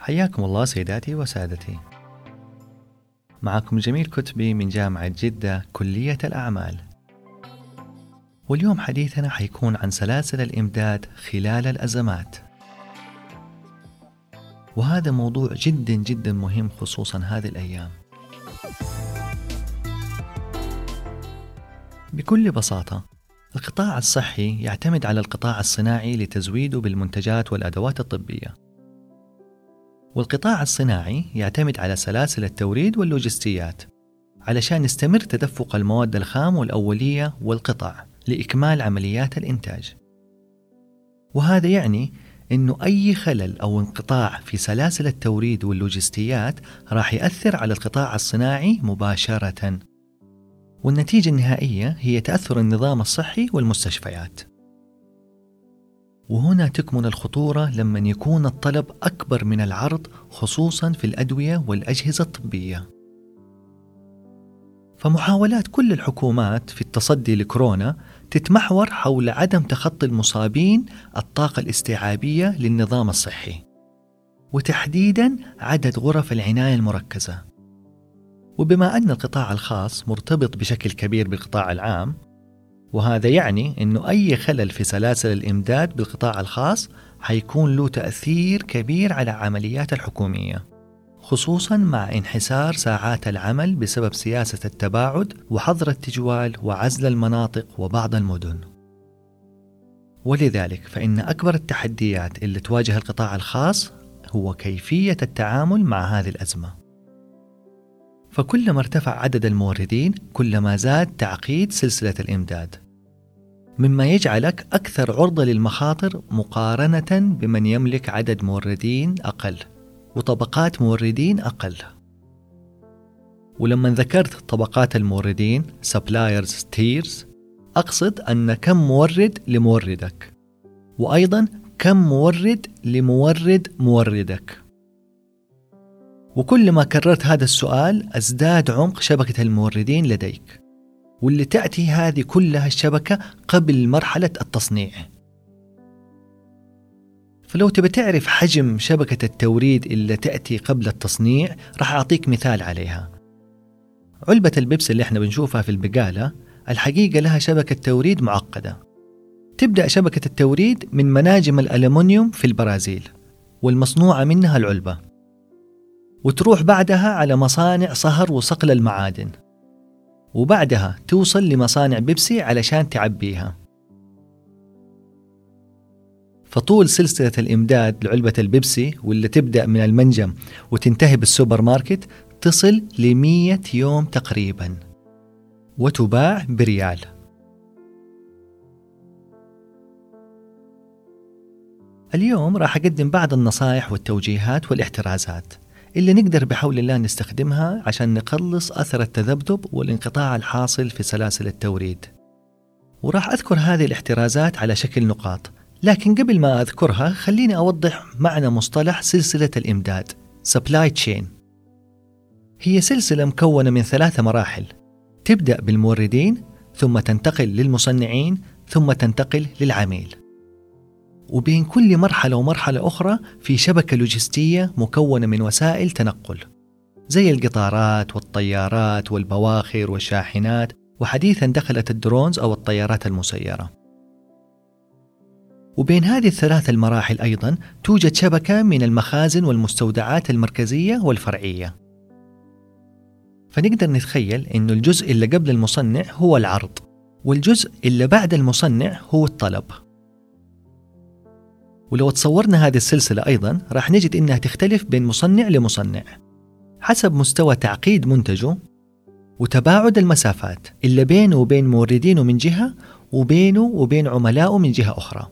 حياكم الله سيداتي وسادتي. معكم جميل كتبي من جامعة جدة كلية الأعمال، واليوم حديثنا حيكون عن سلاسل الإمداد خلال الأزمات، وهذا موضوع جدا جدا مهم خصوصا هذه الأيام. بكل بساطة القطاع الصحي يعتمد على القطاع الصناعي لتزويده بالمنتجات والأدوات الطبية، والقطاع الصناعي يعتمد على سلاسل التوريد واللوجستيات علشان يستمر تدفق المواد الخام والأولية والقطع لإكمال عمليات الإنتاج. وهذا يعني إنه أي خلل أو انقطاع في سلاسل التوريد واللوجستيات راح يأثر على القطاع الصناعي مباشرة، والنتيجة النهائية هي تأثر النظام الصحي والمستشفيات. وهنا تكمن الخطورة لما يكون الطلب أكبر من العرض، خصوصا في الأدوية والأجهزة الطبية. فمحاولات كل الحكومات في التصدي لكورونا تتمحور حول عدم تخطي المصابين الطاقة الاستيعابية للنظام الصحي، وتحديدا عدد غرف العناية المركزة. وبما أن القطاع الخاص مرتبط بشكل كبير بالقطاع العام، وهذا يعني أنه أي خلل في سلاسل الإمداد بالقطاع الخاص حيكون له تأثير كبير على عمليات الحكومية، خصوصا مع انحسار ساعات العمل بسبب سياسة التباعد وحظر التجوال وعزل المناطق وبعض المدن. ولذلك فإن أكبر التحديات اللي تواجه القطاع الخاص هو كيفية التعامل مع هذه الأزمة. فكلما ارتفع عدد الموردين كلما زاد تعقيد سلسلة الإمداد، مما يجعلك أكثر عرضة للمخاطر مقارنة بمن يملك عدد موردين أقل وطبقات موردين أقل. ولما ذكرت طبقات الموردين suppliers tiers، أقصد أن كم مورد لموردك، وأيضا كم مورد لمورد موردك. وكل ما كررت هذا السؤال ازداد عمق شبكة الموردين لديك، واللي تأتي هذه كلها الشبكة قبل مرحلة التصنيع. فلو تبي تعرف حجم شبكة التوريد اللي تأتي قبل التصنيع راح أعطيك مثال عليها. علبة البيبسي اللي احنا بنشوفها في البقالة الحقيقة لها شبكة توريد معقدة. تبدأ شبكة التوريد من مناجم الألمنيوم في البرازيل والمصنوعة منها العلبة، وتروح بعدها على مصانع صهر وصقل المعادن، وبعدها توصل لمصانع بيبسي علشان تعبيها. فطول سلسلة الإمداد لعلبة البيبسي واللي تبدأ من المنجم وتنتهي بالسوبر ماركت تصل ل100 يوم تقريبا، وتباع بريال. اليوم راح أقدم بعض النصائح والتوجيهات والاحترازات اللي نقدر بحول الله نستخدمها عشان نقلص أثر التذبذب والانقطاع الحاصل في سلاسل التوريد. وراح أذكر هذه الاحترازات على شكل نقاط، لكن قبل ما أذكرها خليني أوضح معنى مصطلح سلسلة الإمداد supply chain. هي سلسلة مكونة من 3 مراحل، تبدأ بالموردين، ثم تنتقل للمصنعين، ثم تنتقل للعميل. وبين كل مرحلة ومرحلة أخرى في شبكة لوجستية مكونة من وسائل تنقل زي القطارات والطيارات والبواخر والشاحنات، وحديثا دخلت الدرونز أو الطيارات المسيرة. وبين هذه ال3 المراحل أيضا توجد شبكة من المخازن والمستودعات المركزية والفرعية. فنقدر نتخيل أن الجزء اللي قبل المصنع هو العرض، والجزء اللي بعد المصنع هو الطلب. ولو تصورنا هذه السلسلة أيضا راح نجد إنها تختلف بين مصنع لمصنع حسب مستوى تعقيد منتجه وتباعد المسافات اللي بينه وبين موردينه من جهة، وبينه وبين عملائه من جهة أخرى.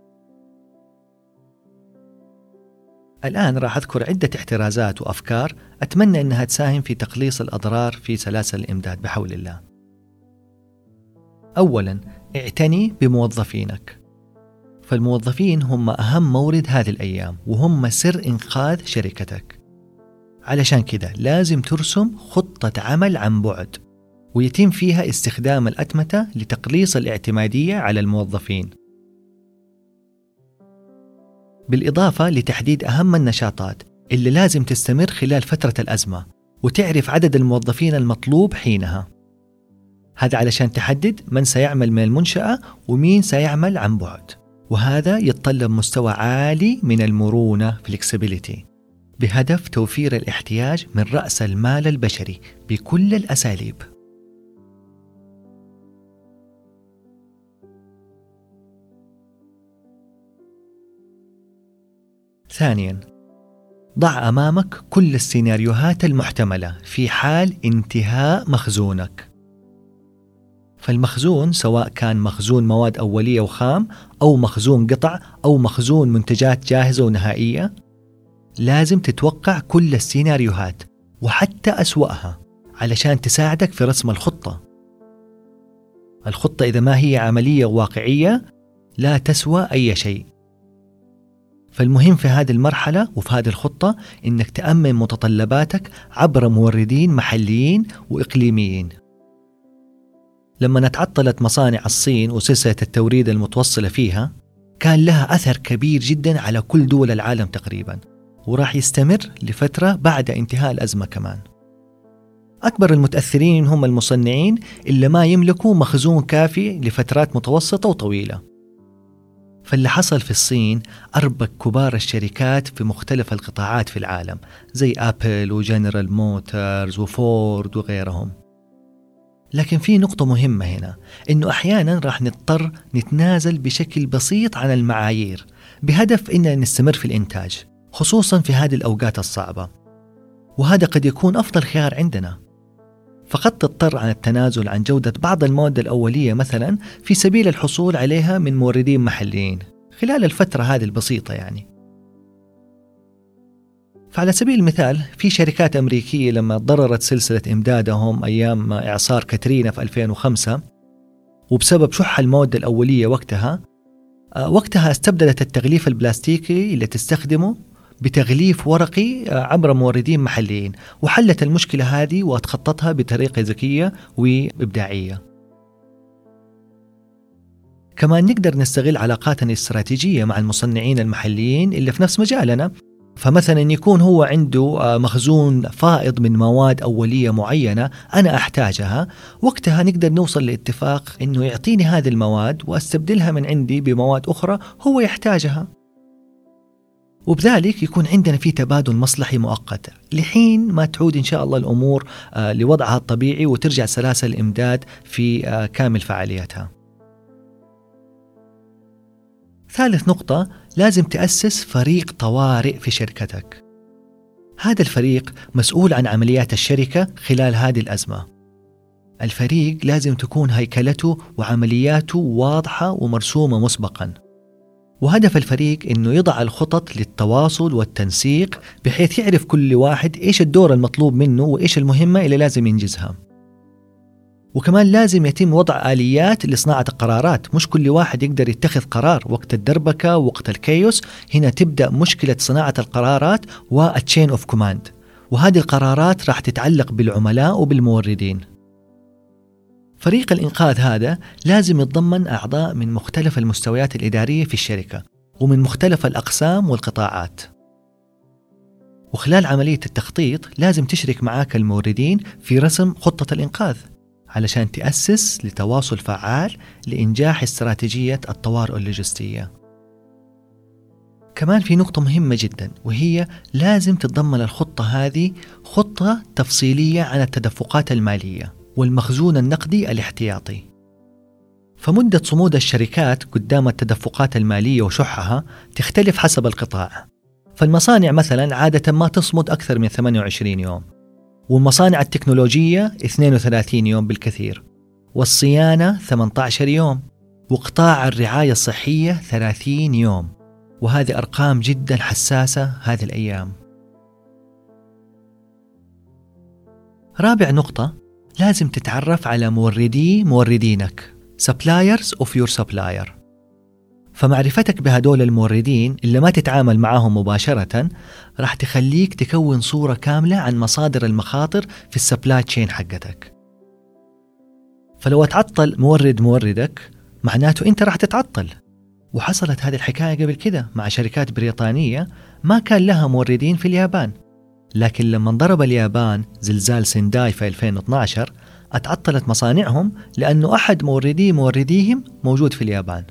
الآن راح أذكر عدة احترازات وأفكار أتمنى أنها تساهم في تقليص الأضرار في سلاسل الإمداد بحول الله. أولا، اعتني بموظفينك. فالموظفين هم أهم مورد هذه الأيام، وهم سر إنقاذ شركتك. علشان كده لازم ترسم خطة عمل عن بعد، ويتم فيها استخدام الأتمتة لتقليص الاعتمادية على الموظفين، بالإضافة لتحديد أهم النشاطات اللي لازم تستمر خلال فترة الأزمة، وتعرف عدد الموظفين المطلوب حينها. هذا علشان تحدد من سيعمل من المنشأة ومين سيعمل عن بعد، وهذا يتطلب مستوى عالي من المرونة flexibility بهدف توفير الاحتياج من رأس المال البشري بكل الأساليب. ثانياً، ضع أمامك كل السيناريوهات المحتملة في حال انتهاء مخزونك. فالمخزون سواء كان مخزون مواد أولية وخام أو مخزون قطع أو مخزون منتجات جاهزة ونهائية، لازم تتوقع كل السيناريوهات وحتى أسوأها علشان تساعدك في رسم الخطة. الخطة إذا ما هي عملية واقعية لا تسوى أي شيء. فالمهم في هذه المرحلة وفي هذه الخطة إنك تأمن متطلباتك عبر موردين محليين وإقليميين. لما تعطلت مصانع الصين وسلسلة التوريد المتوصلة فيها، كان لها أثر كبير جدا على كل دول العالم تقريبا، وراح يستمر لفترة بعد انتهاء الأزمة كمان. أكبر المتأثرين هم المصنعين اللي ما يملكوا مخزون كافي لفترات متوسطة وطويلة. فاللي حصل في الصين أربك كبار الشركات في مختلف القطاعات في العالم زي أبل وجنرال موتورز وفورد وغيرهم. لكن في نقطة مهمة هنا، إنه أحيانا راح نضطر نتنازل بشكل بسيط عن المعايير بهدف إننا نستمر في الإنتاج، خصوصا في هذه الأوقات الصعبة، وهذا قد يكون أفضل خيار عندنا. فقد تضطر عن التنازل عن جودة بعض المواد الأولية مثلا في سبيل الحصول عليها من موردين محليين خلال الفترة هذه البسيطة يعني. فعلى سبيل المثال، في شركات أمريكية لما ضررت سلسلة إمدادهم أيام إعصار كاترينا في 2005 وبسبب شح المواد الأولية وقتها استبدلت التغليف البلاستيكي اللي تستخدمه بتغليف ورقي عبر موردين محليين، وحلت المشكلة هذه وتخطتها بطريقة ذكية وإبداعية. كمان نقدر نستغل علاقاتنا الاستراتيجية مع المصنعين المحليين اللي في نفس مجالنا. فمثلا يكون هو عنده مخزون فائض من مواد أولية معينة أنا أحتاجها، وقتها نقدر نوصل لاتفاق إنه يعطيني هذه المواد وأستبدلها من عندي بمواد أخرى هو يحتاجها، وبذلك يكون عندنا في تبادل مصلحي مؤقت لحين ما تعود إن شاء الله الأمور لوضعها الطبيعي وترجع سلاسل الإمداد في كامل فعاليتها. ثالث نقطة، لازم تأسس فريق طوارئ في شركتك. هذا الفريق مسؤول عن عمليات الشركة خلال هذه الأزمة. الفريق لازم تكون هيكلته وعملياته واضحة ومرسومة مسبقاً، وهدف الفريق إنه يضع الخطط للتواصل والتنسيق بحيث يعرف كل واحد إيش الدور المطلوب منه وإيش المهمة اللي لازم ينجزها. وكمان لازم يتم وضع آليات لصناعة القرارات، مش كل واحد يقدر يتخذ قرار وقت الدربكة ووقت الكيوس. هنا تبدأ مشكلة صناعة القرارات والتشين اوف كوماند، وهذه القرارات راح تتعلق بالعملاء وبالموردين. فريق الإنقاذ هذا لازم يتضمن أعضاء من مختلف المستويات الإدارية في الشركة ومن مختلف الأقسام والقطاعات. وخلال عملية التخطيط لازم تشرك معاك الموردين في رسم خطة الإنقاذ علشان تأسس لتواصل فعال لإنجاح استراتيجية الطوارئ اللوجستية. كمان في نقطة مهمة جدا، وهي لازم تتضمن الخطة هذه خطة تفصيلية عن التدفقات المالية والمخزون النقدي الاحتياطي. فمدة صمود الشركات قدام التدفقات المالية وشحها تختلف حسب القطاع. فالمصانع مثلا عادة ما تصمد أكثر من 28 يوم، والمصانع التكنولوجية 32 يوم بالكثير، والصيانة 18 يوم، وقطاع الرعاية الصحية 30 يوم. وهذه أرقام جدا حساسة هذه الأيام. رابع نقطة، لازم تتعرف على موردينك suppliers of your supplier. فمعرفتك بهدول الموردين اللي ما تتعامل معهم مباشرة راح تخليك تكون صورة كاملة عن مصادر المخاطر في السبلاي تشين حقتك. فلو تعطل موردك معناته أنت راح تتعطل، وحصلت هذه الحكاية قبل كده مع شركات بريطانية ما كان لها موردين في اليابان، لكن لما ضرب اليابان زلزال سينداي في 2012 اتعطلت مصانعهم لأنه أحد مورديهم موجود في اليابان.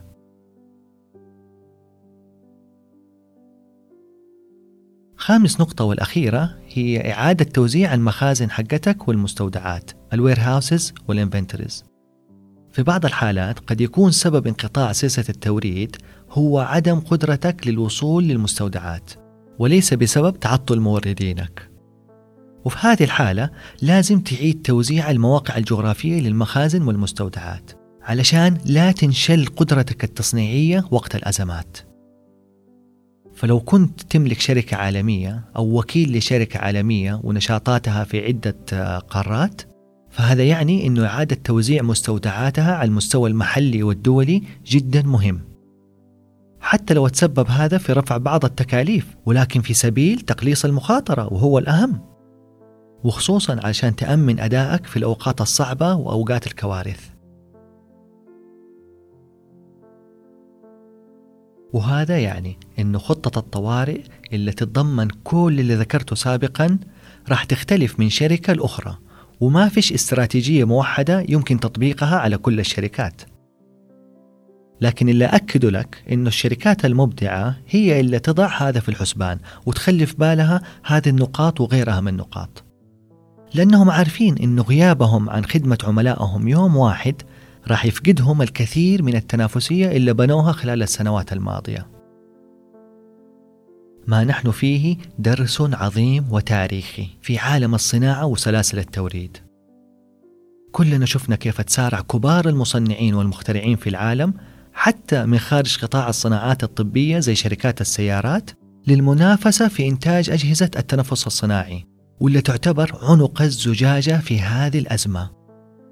خامس نقطة والأخيرة هي إعادة توزيع المخازن حقتك والمستودعات الوير هاوسز والانفنتوريز. في بعض الحالات قد يكون سبب انقطاع سلسلة التوريد هو عدم قدرتك للوصول للمستودعات وليس بسبب تعطل موردينك. وفي هذه الحالة لازم تعيد توزيع المواقع الجغرافية للمخازن والمستودعات علشان لا تنشل قدرتك التصنيعية وقت الأزمات. فلو كنت تملك شركة عالمية أو وكيل لشركة عالمية ونشاطاتها في عدة قارات، فهذا يعني أنه إعادة توزيع مستودعاتها على المستوى المحلي والدولي جدا مهم، حتى لو تسبب هذا في رفع بعض التكاليف، ولكن في سبيل تقليص المخاطرة وهو الأهم، وخصوصا عشان تأمن أدائك في الأوقات الصعبة وأوقات الكوارث. وهذا يعني أنه خطة الطوارئ اللي تتضمن كل اللي ذكرته سابقا راح تختلف من شركة لأخرى، وما فيش استراتيجية موحدة يمكن تطبيقها على كل الشركات. لكن اللي أكد لك أنه الشركات المبدعة هي اللي تضع هذا في الحسبان وتخلي في بالها هذه النقاط وغيرها من النقاط، لأنهم عارفين أنه غيابهم عن خدمة عملائهم يوم واحد راح يفقدهم الكثير من التنافسية اللي بنوها خلال السنوات الماضية. ما نحن فيه درس عظيم وتاريخي في عالم الصناعة وسلاسل التوريد. كلنا شفنا كيف تسارع كبار المصنعين والمخترعين في العالم حتى من خارج قطاع الصناعات الطبية زي شركات السيارات للمنافسة في إنتاج أجهزة التنفس الصناعي، واللي تعتبر عنق الزجاجة في هذه الأزمة.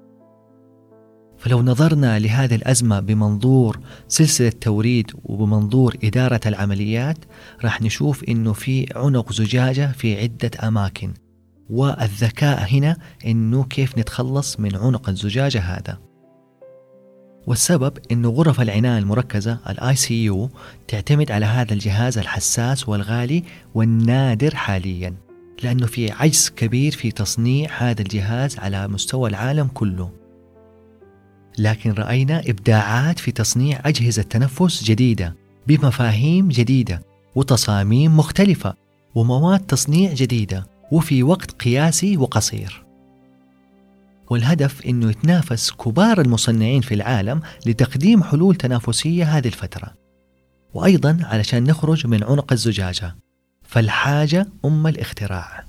فلو نظرنا لهذه الأزمة بمنظور سلسلة توريد وبمنظور إدارة العمليات، راح نشوف إنه في عنق زجاجة في عدة أماكن، والذكاء هنا إنه كيف نتخلص من عنق الزجاجة هذا. والسبب إنه غرف العناية المركزة ICU تعتمد على هذا الجهاز الحساس والغالي والنادر حاليا، لأنه في عجز كبير في تصنيع هذا الجهاز على مستوى العالم كله. لكن رأينا إبداعات في تصنيع أجهزة تنفس جديدة بمفاهيم جديدة وتصاميم مختلفة ومواد تصنيع جديدة وفي وقت قياسي وقصير. والهدف إنه يتنافس كبار المصنعين في العالم لتقديم حلول تنافسية هذه الفترة، وأيضا علشان نخرج من عنق الزجاجة، فالحاجة أم الاختراع.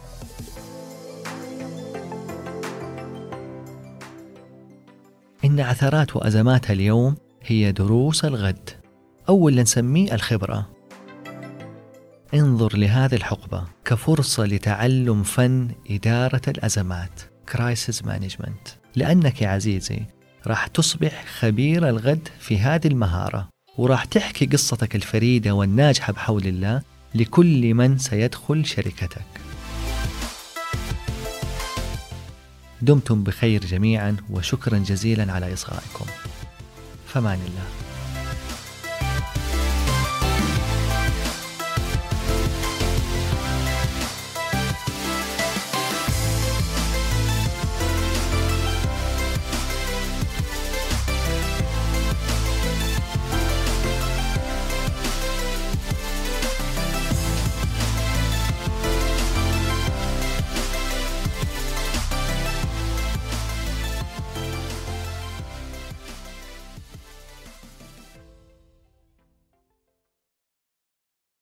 إن عثرات وأزمات اليوم هي دروس الغد، أو اللي نسميه الخبرة. انظر لهذه الحقبة كفرصة لتعلم فن إدارة الأزمات Crisis Management، لأنك يا عزيزي راح تصبح خبير الغد في هذه المهارة، وراح تحكي قصتك الفريدة والناجحة بحول الله لكل من سيدخل شركتك. دمتم بخير جميعا، وشكرا جزيلا على إصغائكم. فمان الله.